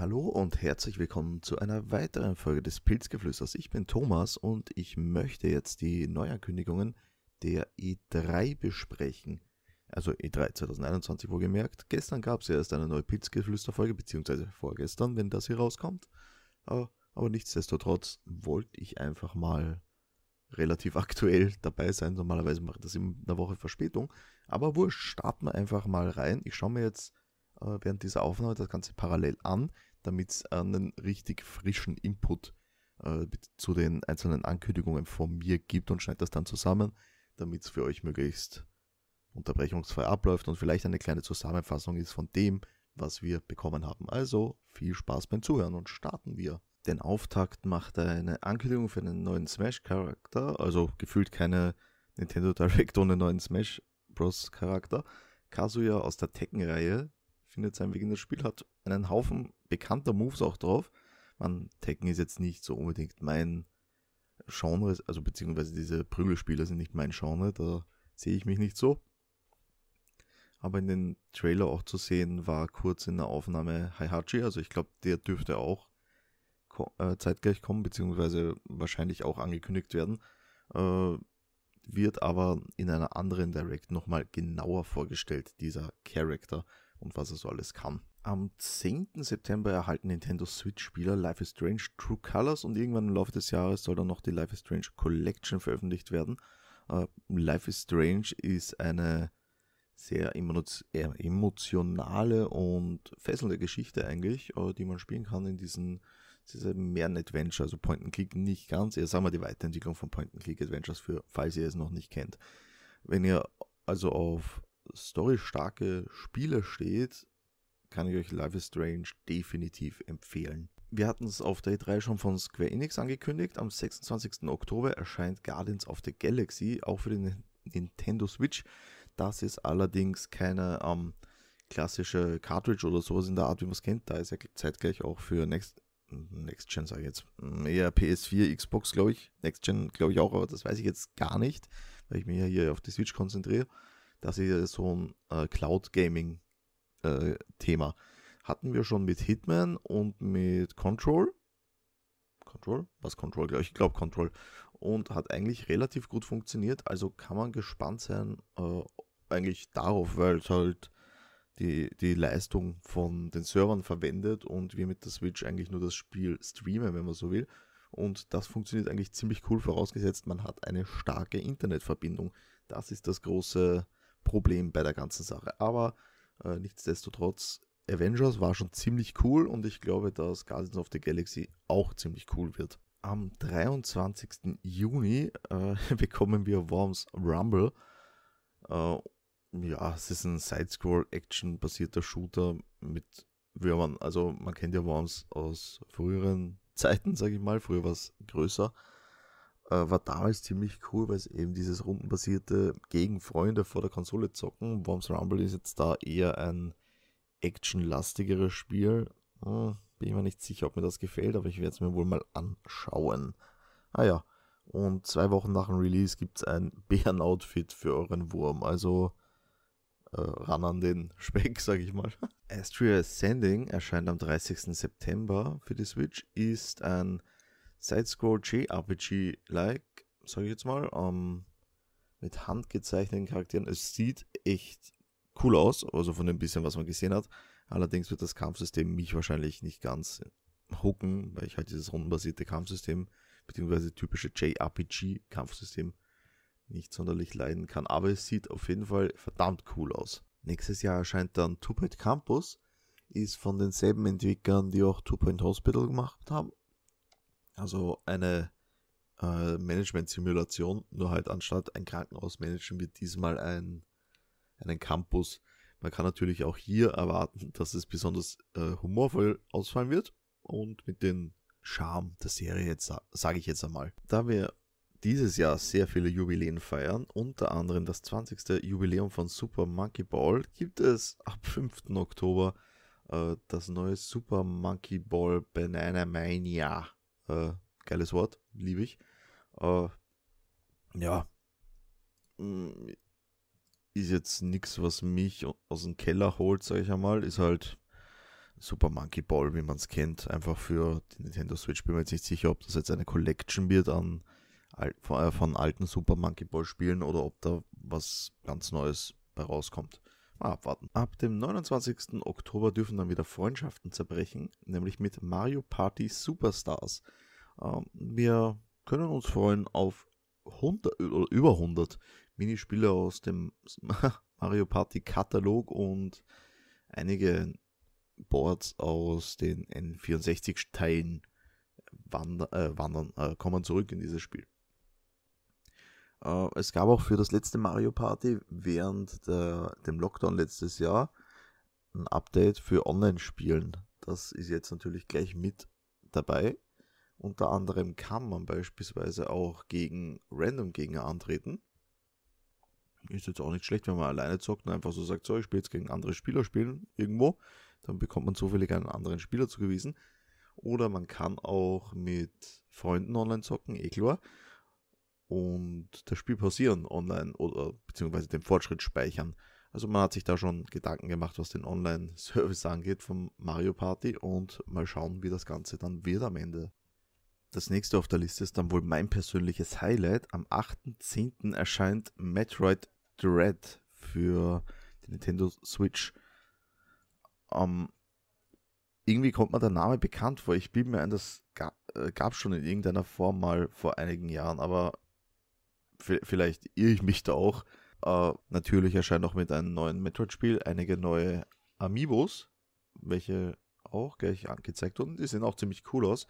Hallo und herzlich willkommen zu einer weiteren Folge des Pilzgeflüsters. Ich bin Thomas und ich möchte jetzt die Neuankündigungen der E3 besprechen. Also E3 2021 wohlgemerkt. Gestern gab es ja erst eine neue Pilzgeflüster-Folge, beziehungsweise vorgestern, wenn das hier rauskommt. Aber nichtsdestotrotz wollte ich einfach mal relativ aktuell dabei sein. Normalerweise mache ich das in einer Woche Verspätung. Aber wurscht, starten wir einfach mal rein. Ich schaue mir jetzt während dieser Aufnahme das Ganze parallel an, damit es einen richtig frischen Input zu den einzelnen Ankündigungen von mir gibt und schneide das dann zusammen, damit es für euch möglichst unterbrechungsfrei abläuft und vielleicht eine kleine Zusammenfassung ist von dem, was wir bekommen haben. Also viel Spaß beim Zuhören und starten wir. Den Auftakt macht eine Ankündigung für einen neuen Smash-Charakter, also gefühlt keine Nintendo Direct ohne neuen Smash Bros. Charakter. Kazuya aus der Tekken-Reihe findet seinen Weg in das Spiel, hat einen Haufen bekannter Moves auch drauf. Tekken ist jetzt nicht so unbedingt mein Genre, also beziehungsweise diese Prügelspiele sind nicht mein Genre, da sehe ich mich nicht so. Aber in den Trailer auch zu sehen war kurz in der Aufnahme Heihachi, also ich glaube, der dürfte auch zeitgleich kommen, beziehungsweise wahrscheinlich auch angekündigt werden. Wird aber in einer anderen Direct nochmal genauer vorgestellt, dieser Charakter und was er so alles kann. Am 10. September erhalten Nintendo Switch-Spieler Life is Strange True Colors und irgendwann im Laufe des Jahres soll dann noch die Life is Strange Collection veröffentlicht werden. Life is Strange ist eine sehr emotionale und fesselnde Geschichte eigentlich, die man spielen kann in diesem mehr ein Adventure, also Point-and-Click nicht ganz, eher sagen wir die Weiterentwicklung von Point-and-Click-Adventures für, falls ihr es noch nicht kennt. Wenn ihr also auf storystarke Spiele steht, kann ich euch Life is Strange definitiv empfehlen. Wir hatten es auf der E3 schon von Square Enix angekündigt. Am 26. Oktober erscheint Guardians of the Galaxy, auch für den Nintendo Switch. Das ist allerdings keine klassische Cartridge oder sowas in der Art, wie man es kennt. Da ist er zeitgleich auch für Next Gen, sage ich jetzt, eher PS4, Xbox, glaube ich. Next Gen, glaube ich auch, aber das weiß ich jetzt gar nicht, weil ich mich ja hier auf die Switch konzentriere. Das ist ja so ein Cloud-Gaming-Thema. Hatten wir schon mit Hitman und mit Control. Control? Was Control? Ich glaube Control. Und hat eigentlich relativ gut funktioniert. Also kann man gespannt sein, eigentlich darauf, weil es halt die Leistung von den Servern verwendet und wir mit der Switch eigentlich nur das Spiel streamen, wenn man so will. Und das funktioniert eigentlich ziemlich cool, vorausgesetzt man hat eine starke Internetverbindung. Das ist das große Problem bei der ganzen Sache. Aber nichtsdestotrotz, Avengers war schon ziemlich cool und ich glaube, dass Guardians of the Galaxy auch ziemlich cool wird. Am 23. Juni bekommen wir Worms Rumble. Ja, es ist ein Side-Scroll-Action-basierter Shooter mit Würmern. Also man kennt ja Worms aus früheren Zeiten, sage ich mal. Früher war es größer. War damals ziemlich cool, weil es eben dieses rundenbasierte gegen Freunde vor der Konsole zocken. Worms Rumble ist jetzt da eher ein actionlastigeres Bin ich mir nicht sicher, ob mir das gefällt, aber ich werde es mir wohl mal anschauen. Ah ja, und 2 Wochen nach dem Release gibt es ein Bären-Outfit für euren Wurm. Also ran an den Speck, sage ich mal. Astria Ascending erscheint am 30. September für die Switch, ist ein Side-Scroll JRPG-like, sage ich jetzt mal, mit handgezeichneten Charakteren. Es sieht echt cool aus, also von dem bisschen, was man gesehen hat. Allerdings wird das Kampfsystem mich wahrscheinlich nicht ganz hooken, weil ich halt dieses rundenbasierte Kampfsystem, beziehungsweise typische JRPG-Kampfsystem nicht sonderlich leiden kann. Aber es sieht auf jeden Fall verdammt cool aus. Nächstes Jahr erscheint dann Two Point Campus, ist von denselben Entwicklern, die auch Two Point Hospital gemacht haben. Also eine Management-Simulation, nur halt anstatt ein Krankenhaus managen wird diesmal einen Campus. Man kann natürlich auch hier erwarten, dass es besonders humorvoll ausfallen wird und mit dem Charme der Serie, jetzt sage ich jetzt einmal. Da wir dieses Jahr sehr viele Jubiläen feiern, unter anderem das 20. Jubiläum von Super Monkey Ball, gibt es ab 5. Oktober das neue Super Monkey Ball Banana Mania. Geiles Wort, liebe ich. Ja, ist jetzt nichts, was mich aus dem Keller holt, sage ich einmal. Ist halt Super Monkey Ball, wie man es kennt, einfach für die Nintendo Switch. Bin mir jetzt nicht sicher, ob das jetzt eine Collection wird von alten Super Monkey Ball Spielen oder ob da was ganz Neues bei rauskommt. Mal abwarten. Ab dem 29. Oktober dürfen dann wieder Freundschaften zerbrechen, nämlich mit Mario Party Superstars. Wir können uns freuen auf 100 oder über 100 Minispiele aus dem Mario Party Katalog und einige Boards aus den N64-Teilen kommen zurück in dieses Spiel. Es gab auch für das letzte Mario Party während dem Lockdown letztes Jahr ein Update für Online-Spielen. Das ist jetzt natürlich gleich mit dabei. Unter anderem kann man beispielsweise auch gegen Random-Gegner antreten. Ist jetzt auch nicht schlecht, wenn man alleine zockt und einfach so sagt, so, ich spiele jetzt gegen andere Spieler spielen irgendwo. Dann bekommt man zufällig einen anderen Spieler zugewiesen. Oder man kann auch mit Freunden online zocken, klar. Und das Spiel pausieren online oder beziehungsweise den Fortschritt speichern. Also man hat sich da schon Gedanken gemacht, was den Online-Service angeht vom Mario Party und mal schauen, wie das Ganze dann wird am Ende. Das nächste auf der Liste ist dann wohl mein persönliches Highlight. Am 8.10. erscheint Metroid Dread für die Nintendo Switch. Irgendwie kommt mir der Name bekannt vor. Ich bilde mir ein, das gab es schon in irgendeiner Form mal vor einigen Jahren, aber vielleicht irre ich mich da auch. Natürlich erscheint auch mit einem neuen Metroid-Spiel einige neue Amiibos, welche auch gleich angezeigt wurden. Die sehen auch ziemlich cool aus.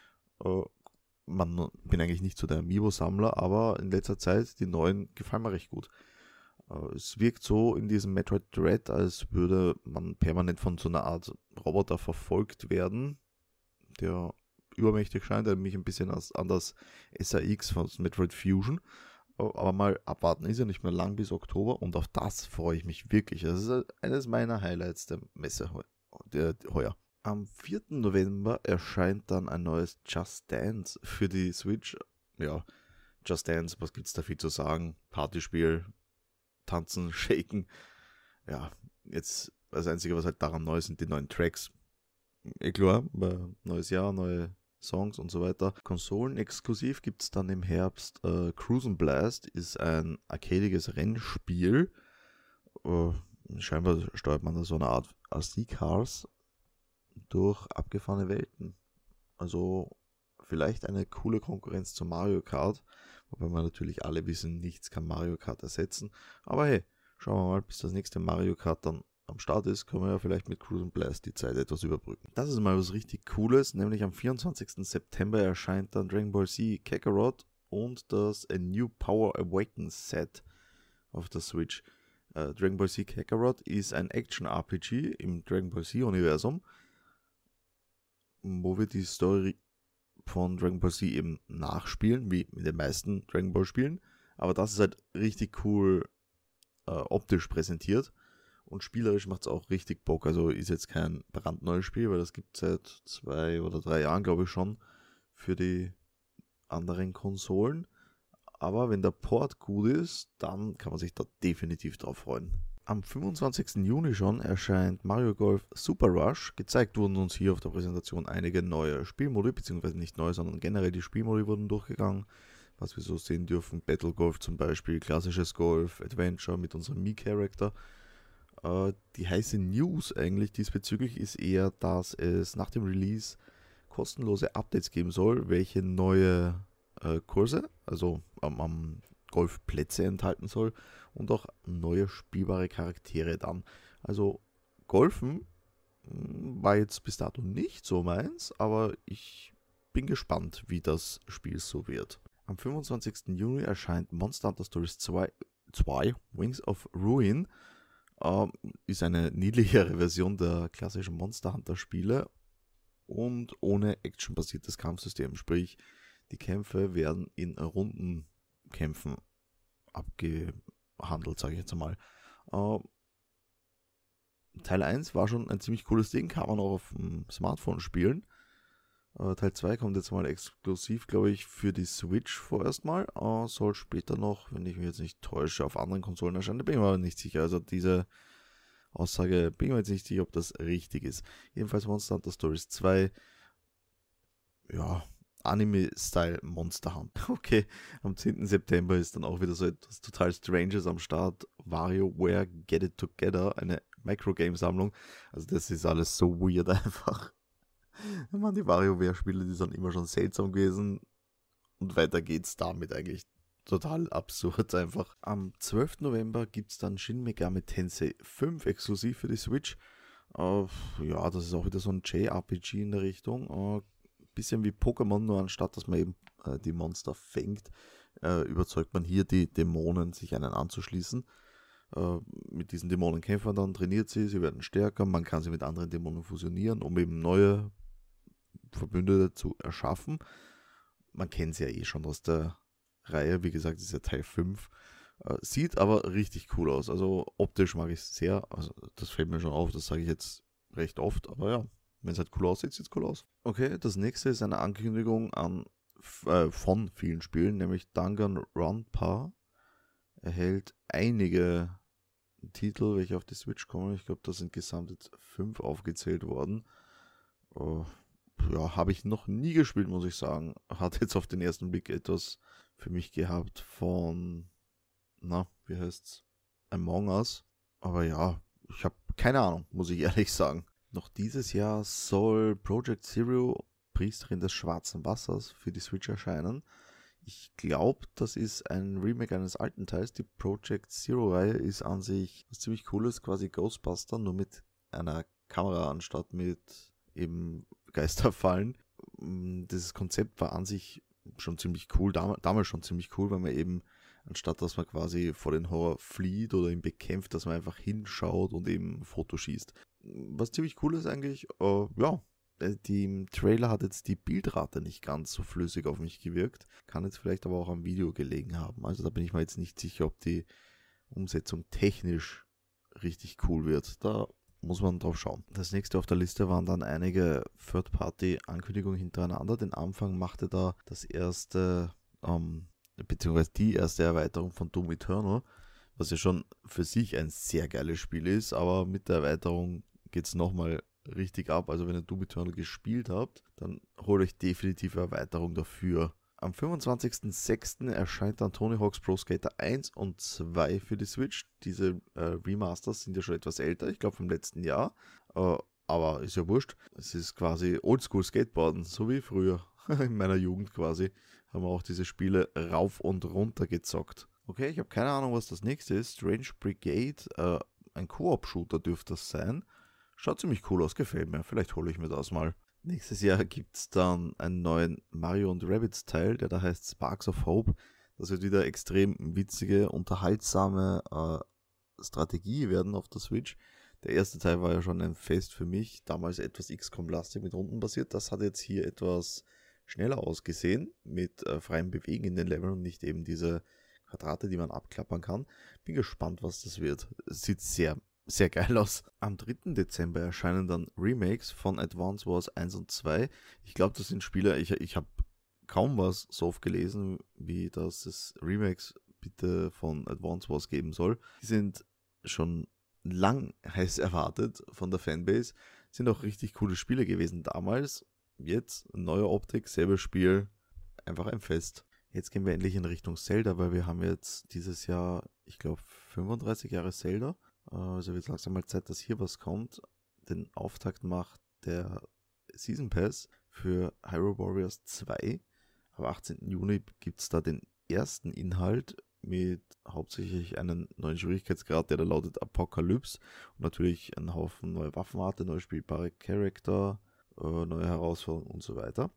Bin eigentlich nicht so der Amiibo-Sammler, aber in letzter Zeit die neuen gefallen mir recht gut. Es wirkt so in diesem Metroid Dread, als würde man permanent von so einer Art Roboter verfolgt werden, der übermächtig scheint, der mich ein bisschen an das SAX von Metroid Fusion. Aber mal abwarten, ist ja nicht mehr lang bis Oktober und auf das freue ich mich wirklich. Das ist eines meiner Highlights der Messe heuer. Am 4. November erscheint dann ein neues Just Dance für die Switch. Ja, Just Dance, was gibt's da viel zu sagen? Partyspiel, tanzen, shaken. Ja, jetzt das Einzige, was halt daran neu ist, sind die neuen Tracks. Klar, neues Jahr, neue Songs und so weiter. Konsolen-exklusiv gibt es dann im Herbst Cruise and Blast, ist ein arcadiges Rennspiel. Scheinbar steuert man da so eine Art RC-Cars durch abgefahrene Welten. Also vielleicht eine coole Konkurrenz zu Mario Kart, wobei wir natürlich alle wissen, nichts kann Mario Kart ersetzen. Aber hey, schauen wir mal, bis das nächste Mario Kart dann am Start ist, können wir ja vielleicht mit Cruise and Blast die Zeit etwas überbrücken. Das ist mal was richtig Cooles, nämlich am 24. September erscheint dann Dragon Ball Z Kakarot und das A New Power Awakens Set auf der Switch. Dragon Ball Z Kakarot ist ein Action-RPG im Dragon Ball Z-Universum, wo wir die Story von Dragon Ball Z eben nachspielen, wie in den meisten Dragon Ball Spielen. Aber das ist halt richtig cool optisch präsentiert. Und spielerisch macht es auch richtig Bock. Also ist jetzt kein brandneues Spiel, weil das gibt es seit 2 oder 3 Jahren, glaube ich, schon für die anderen Konsolen. Aber wenn der Port gut ist, dann kann man sich da definitiv drauf freuen. Am 25. Juni schon erscheint Mario Golf Super Rush. Gezeigt wurden uns hier auf der Präsentation einige neue Spielmodi, beziehungsweise nicht neu, sondern generell die Spielmodi wurden durchgegangen. Was wir so sehen dürfen, Battle Golf zum Beispiel, klassisches Golf, Adventure mit unserem Mii-Charakter. Die heiße News eigentlich diesbezüglich ist eher, dass es nach dem Release kostenlose Updates geben soll, welche neue Kurse, also Golfplätze enthalten soll und auch neue spielbare Charaktere dann. Also Golfen war jetzt bis dato nicht so meins, aber ich bin gespannt, wie das Spiel so wird. Am 25. Juni erscheint Monster Hunter Stories 2 Wings of Ruin. Ist eine niedlichere Version der klassischen Monster Hunter Spiele und ohne actionbasiertes Kampfsystem. Sprich, die Kämpfe werden in Rundenkämpfen abgehandelt, sage ich jetzt einmal. Teil 1 war schon ein ziemlich cooles Ding, kann man auch auf dem Smartphone spielen. Teil 2 kommt jetzt mal exklusiv, glaube ich, für die Switch vorerst mal. Soll später noch, wenn ich mich jetzt nicht täusche, auf anderen Konsolen erscheinen. Da bin ich mir aber nicht sicher. Also diese Aussage, bin ich mir jetzt nicht sicher, ob das richtig ist. Jedenfalls Monster Hunter Stories 2, ja, Anime-Style Monster Hunter. Okay, am 10. September ist dann auch wieder so etwas total Stranges am Start. WarioWare Get It Together, eine Microgame-Sammlung. Also das ist alles so weird einfach. Ich meine, die WarioWare-Spiele, die sind immer schon seltsam gewesen. Und weiter geht's damit eigentlich. Total absurd einfach. Am 12. November gibt es dann Shin Megami Tensei 5 exklusiv für die Switch. Ja, das ist auch wieder so ein JRPG in der Richtung. Bisschen wie Pokémon, nur anstatt dass man eben die Monster fängt, überzeugt man hier die Dämonen, sich einen anzuschließen. Mit diesen Dämonen kämpft man dann, trainiert sie werden stärker, man kann sie mit anderen Dämonen fusionieren, um eben neue Verbündete zu erschaffen. Man kennt sie ja eh schon aus der Reihe, wie gesagt, das ist ja Teil 5. Sieht aber richtig cool aus, also optisch mag ich es sehr, also das fällt mir schon auf, das sage ich jetzt recht oft, aber ja, wenn es halt cool aussieht, sieht es cool aus. Okay, das nächste ist eine Ankündigung von vielen Spielen, nämlich Danganronpa erhält einige Titel, welche auf die Switch kommen. Ich glaube, da sind gesamt jetzt 5 aufgezählt worden. Ja, habe ich noch nie gespielt, muss ich sagen. Hat jetzt auf den ersten Blick etwas für mich gehabt von, wie heißt's? Among Us. Aber ja, ich habe keine Ahnung, muss ich ehrlich sagen. Noch dieses Jahr soll Project Zero, Priesterin des Schwarzen Wassers, für die Switch erscheinen. Ich glaube, das ist ein Remake eines alten Teils. Die Project Zero-Reihe ist an sich was ziemlich Cooles, quasi Ghostbuster, nur mit einer Kamera anstatt mit eben Geisterfallen. Dieses Konzept war an sich schon ziemlich cool, damals schon ziemlich cool, weil man eben, anstatt dass man quasi vor den Horror flieht oder ihn bekämpft, dass man einfach hinschaut und eben ein Foto schießt. Was ziemlich cool ist eigentlich, ja, im Trailer hat jetzt die Bildrate nicht ganz so flüssig auf mich gewirkt, kann jetzt vielleicht aber auch am Video gelegen haben. Also da bin ich mir jetzt nicht sicher, ob die Umsetzung technisch richtig cool wird. Da muss man drauf schauen. Das nächste auf der Liste waren dann einige Third-Party-Ankündigungen hintereinander. Den Anfang machte da das erste, beziehungsweise die erste Erweiterung von Doom Eternal, was ja schon für sich ein sehr geiles Spiel ist, aber mit der Erweiterung geht es nochmal richtig ab. Also wenn ihr Doom Eternal gespielt habt, dann holt euch definitiv eine Erweiterung dafür. Am 25.06. erscheint dann Tony Hawk's Pro Skater 1 und 2 für die Switch. Diese Remasters sind ja schon etwas älter, ich glaube vom letzten Jahr. Aber ist ja wurscht. Es ist quasi Oldschool Skateboarden, so wie früher. In meiner Jugend quasi haben wir auch diese Spiele rauf und runter gezockt. Okay, ich habe keine Ahnung, was das nächste ist. Strange Brigade, ein Koop-Shooter dürfte das sein. Schaut ziemlich cool aus, gefällt mir. Vielleicht hole ich mir das mal. Nächstes Jahr gibt es dann einen neuen Mario und Rabbids Teil, der da heißt Sparks of Hope. Das wird wieder extrem witzige, unterhaltsame Strategie werden auf der Switch. Der erste Teil war ja schon ein Fest für mich. Damals etwas XCOM-lastig mit Runden basiert. Das hat jetzt hier etwas schneller ausgesehen, mit freiem Bewegen in den Leveln und nicht eben diese Quadrate, die man abklappern kann. Bin gespannt, was das wird. Es sieht sehr geil aus. Am 3. Dezember erscheinen dann Remakes von Advance Wars 1 und 2. Ich glaube, das sind Spiele, ich habe kaum was so oft gelesen, wie dass es Remakes bitte von Advance Wars geben soll. Die sind schon lang heiß erwartet von der Fanbase. Sind auch richtig coole Spiele gewesen damals. Jetzt neue Optik, selbes Spiel, einfach ein Fest. Jetzt gehen wir endlich in Richtung Zelda, weil wir haben jetzt dieses Jahr, ich glaube, 35 Jahre Zelda. Also wird langsam mal Zeit, dass hier was kommt. Den Auftakt macht der Season Pass für Hyrule Warriors 2. Am 18. Juni gibt es da den ersten Inhalt mit hauptsächlich einem neuen Schwierigkeitsgrad, der da lautet Apocalypse. Und natürlich einen Haufen neue Waffenarten, neue spielbare Charakter, neue Herausforderungen und so weiter.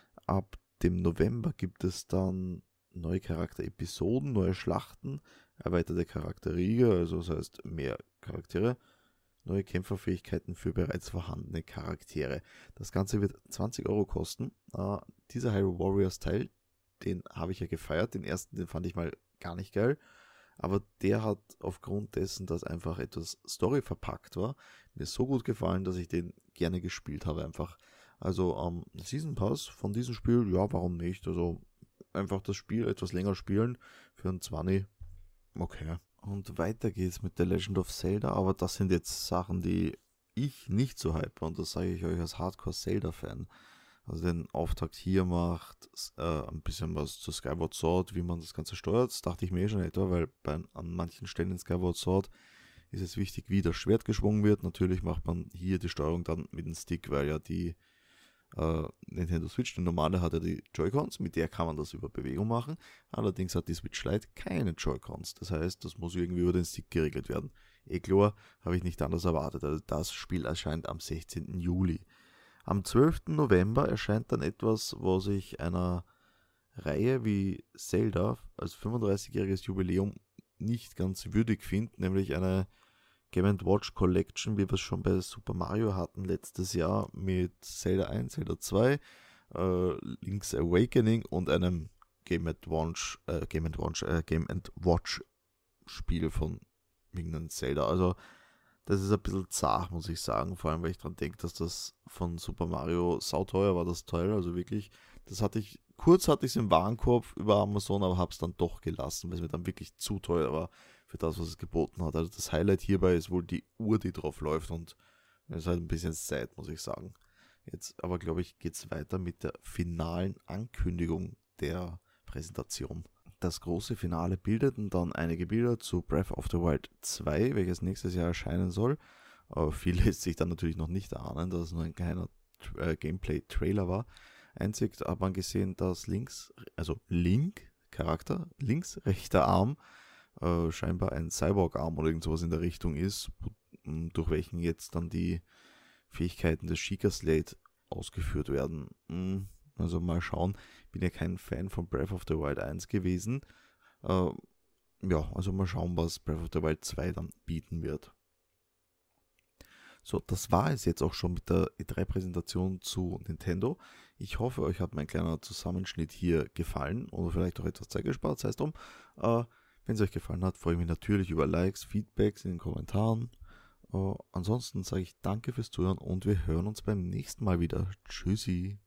Ab dem November gibt es dann neue Charakterepisoden, neue Schlachten, erweiterte Charakterriege, also das heißt mehr Charaktere, neue Kämpferfähigkeiten für bereits vorhandene Charaktere. Das Ganze wird 20 Euro kosten. Dieser Hyrule Warriors Teil, den habe ich ja gefeiert. Den ersten, den fand ich mal gar nicht geil. Aber der hat aufgrund dessen, dass einfach etwas Story verpackt war, mir so gut gefallen, dass ich den gerne gespielt habe einfach. Also Season Pass von diesem Spiel, ja, warum nicht? Also einfach das Spiel etwas länger spielen für einen 20. Okay. Und weiter geht's mit The Legend of Zelda, aber das sind jetzt Sachen, die ich nicht so hype und das sage ich euch als Hardcore-Zelda-Fan. Also den Auftakt hier macht ein bisschen was zu Skyward Sword, wie man das Ganze steuert. Das dachte ich mir schon etwa, weil an manchen Stellen in Skyward Sword ist es wichtig, wie das Schwert geschwungen wird. Natürlich macht man hier die Steuerung dann mit dem Stick, weil ja die Nintendo Switch, die normale hat ja die Joy-Cons, mit der kann man das über Bewegung machen. Allerdings hat die Switch Lite keine Joy-Cons. Das heißt, das muss irgendwie über den Stick geregelt werden. Klar, habe ich nicht anders erwartet. Also das Spiel erscheint am 16. Juli. Am 12. November erscheint dann etwas, was ich einer Reihe wie Zelda als 35-jähriges Jubiläum nicht ganz würdig finde, nämlich eine Game & Watch Collection, wie wir es schon bei Super Mario hatten letztes Jahr mit Zelda 1, Zelda 2, Link's Awakening und einem Game & Watch Spiel von irgendeinem Zelda. Also das ist ein bisschen zart, muss ich sagen, vor allem weil ich dran denke, dass das von Super Mario sauteuer war, das Teil, also wirklich, kurz hatte ich es im Warenkorb über Amazon, aber habe es dann doch gelassen, weil es mir dann wirklich zu teuer war für das, was es geboten hat. Also das Highlight hierbei ist wohl die Uhr, die drauf läuft und es ist halt ein bisschen Zeit, muss ich sagen. Jetzt aber, glaube ich, geht es weiter mit der finalen Ankündigung der Präsentation. Das große Finale bildeten dann einige Bilder zu Breath of the Wild 2, welches nächstes Jahr erscheinen soll. Viel lässt sich dann natürlich noch nicht ahnen, dass es nur ein kleiner Gameplay-Trailer war. Einzig hat man gesehen, dass Charakter, links rechter Arm, scheinbar ein Cyborg-Arm oder irgend sowas in der Richtung ist, durch welchen jetzt dann die Fähigkeiten des Sheikah Slate ausgeführt werden. Also mal schauen. Bin ja kein Fan von Breath of the Wild 1 gewesen. Also mal schauen, was Breath of the Wild 2 dann bieten wird. So, das war es jetzt auch schon mit der E3-Präsentation zu Nintendo. Ich hoffe, euch hat mein kleiner Zusammenschnitt hier gefallen oder vielleicht auch etwas Zeit gespart, sei es drum. Wenn es euch gefallen hat, freue ich mich natürlich über Likes, Feedbacks in den Kommentaren. Ansonsten sage ich danke fürs Zuhören und wir hören uns beim nächsten Mal wieder. Tschüssi.